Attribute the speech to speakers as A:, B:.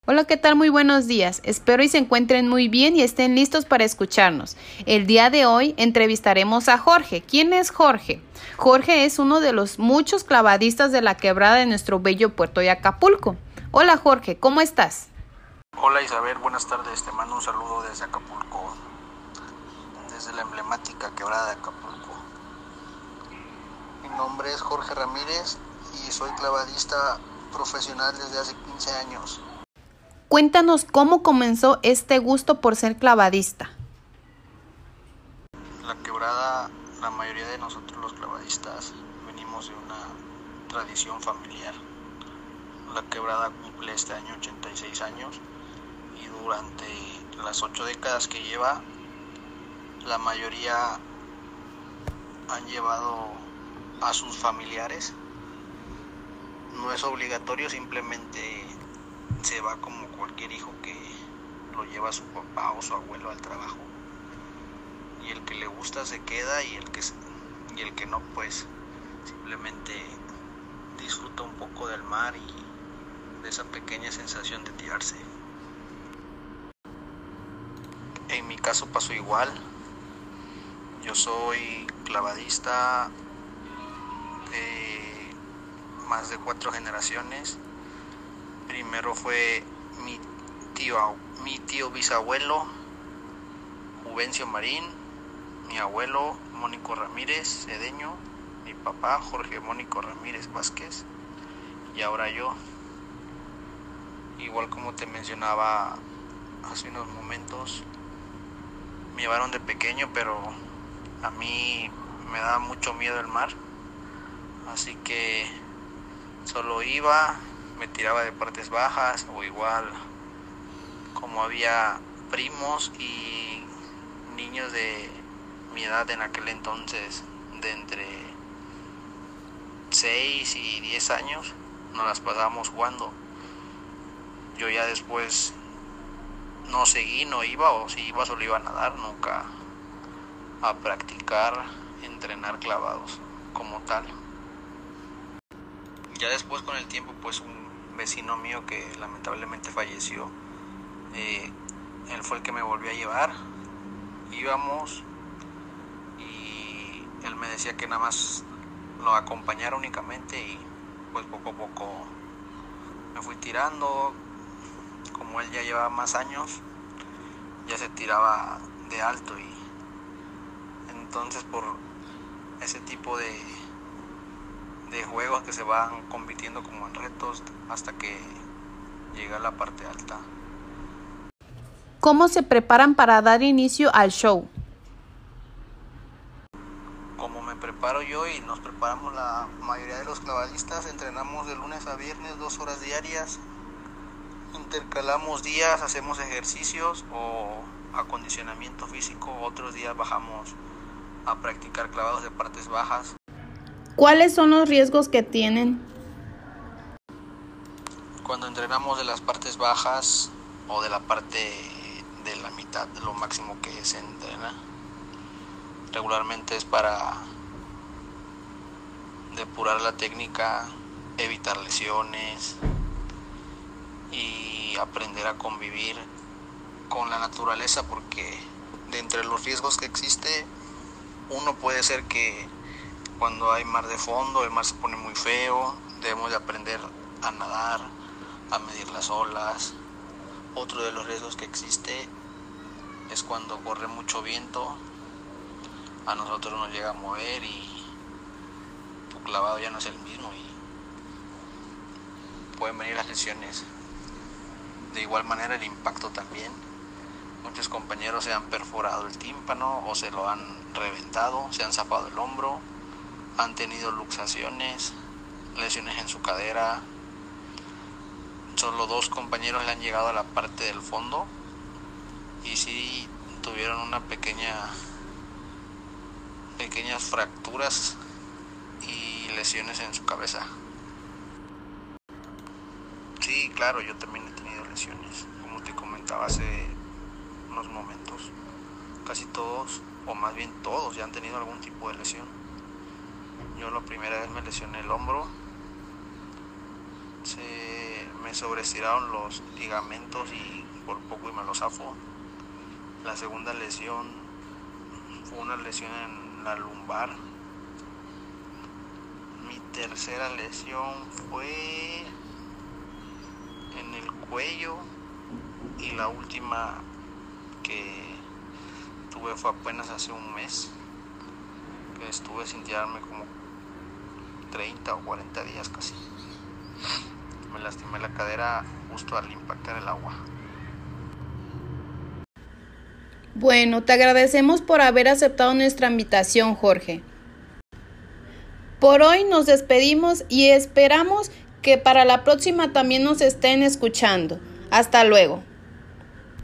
A: Hola, ¿qué tal? Muy buenos días. Espero y se encuentren muy bien y estén listos para escucharnos. El día de hoy entrevistaremos a Jorge. ¿Quién es Jorge? Jorge es uno de los muchos clavadistas de la quebrada de nuestro bello puerto de Acapulco. Hola Jorge, ¿cómo estás?
B: Hola Isabel, buenas tardes. Te mando un saludo desde Acapulco, desde la emblemática quebrada de Acapulco. Mi nombre es Jorge Ramírez y soy clavadista profesional desde hace 15 años.
A: Cuéntanos cómo comenzó este gusto por ser clavadista.
B: La quebrada, la mayoría de nosotros los clavadistas venimos de una tradición familiar. La quebrada cumple este año 86 años y durante las 8 décadas que lleva, la mayoría han llevado a sus familiares. No es obligatorio, simplemente se va como cualquier hijo que lo lleva a su papá o su abuelo al trabajo, y el que le gusta se queda y el que no, pues simplemente disfruta un poco del mar y de esa pequeña sensación de tirarse. En mi caso pasó igual. Yo soy clavadista de más de 4 generaciones. Primero fue mi tío bisabuelo Juvencio Marín, mi abuelo Mónico Ramírez Cedeño, mi papá Jorge Mónico Ramírez Vázquez y ahora yo. Igual como te mencionaba hace unos momentos, me llevaron de pequeño, pero a mí me da mucho miedo el mar, así que solo iba, me tiraba de partes bajas, o igual como había primos y niños de mi edad en aquel entonces, de entre 6 y 10 años, nos las pasábamos jugando. Yo ya después no seguí, no iba, o si iba solo iba a nadar, nunca a practicar, entrenar clavados como tal. Ya después, con el tiempo, pues un vecino mío que lamentablemente falleció, él fue el que me volvió a llevar. Íbamos y él me decía que nada más lo acompañara únicamente, y pues poco a poco me fui tirando. Como él ya llevaba más años, ya se tiraba de alto, y entonces por ese tipo de juegos que se van compitiendo como en retos hasta que llega a la parte alta.
A: ¿Cómo se preparan para dar inicio al show?
B: Como me preparo yo y nos preparamos la mayoría de los clavadistas, entrenamos de lunes a viernes 2 horas diarias, intercalamos días, hacemos ejercicios o acondicionamiento físico, otros días bajamos a practicar clavados de partes bajas.
A: ¿Cuáles son los riesgos que tienen?
B: Cuando entrenamos de las partes bajas o de la parte de la mitad de lo máximo que se entrena, regularmente es para depurar la técnica, evitar lesiones y aprender a convivir con la naturaleza, porque de entre los riesgos que existe, uno puede ser que cuando hay mar de fondo, el mar se pone muy feo, debemos de aprender a nadar, a medir las olas. Otro de los riesgos que existe es cuando corre mucho viento, a nosotros nos llega a mover y tu clavado ya no es el mismo y pueden venir las lesiones. De igual manera el impacto también. Muchos compañeros se han perforado el tímpano o se lo han reventado, se han zafado el hombro, han tenido luxaciones, lesiones en su cadera. Solo 2 compañeros le han llegado a la parte del fondo y sí tuvieron una pequeñas fracturas y lesiones en su cabeza. Sí, claro, yo también he tenido lesiones, como te comentaba hace unos momentos. Casi todos, o más bien todos, ya han tenido algún tipo de lesión. Yo la primera vez me lesioné el hombro, me sobreestiraron los ligamentos y por poco y me lo zafo. La segunda lesión fue una lesión en la lumbar. Mi tercera lesión fue en el cuello y la última que tuve fue apenas hace un mes, que estuve sin tirarme como 30 o 40 días casi. Me lastimé la cadera justo al impactar el agua.
A: Bueno, te agradecemos por haber aceptado nuestra invitación, Jorge. Por hoy nos despedimos y esperamos que para la próxima también nos estén escuchando. Hasta luego.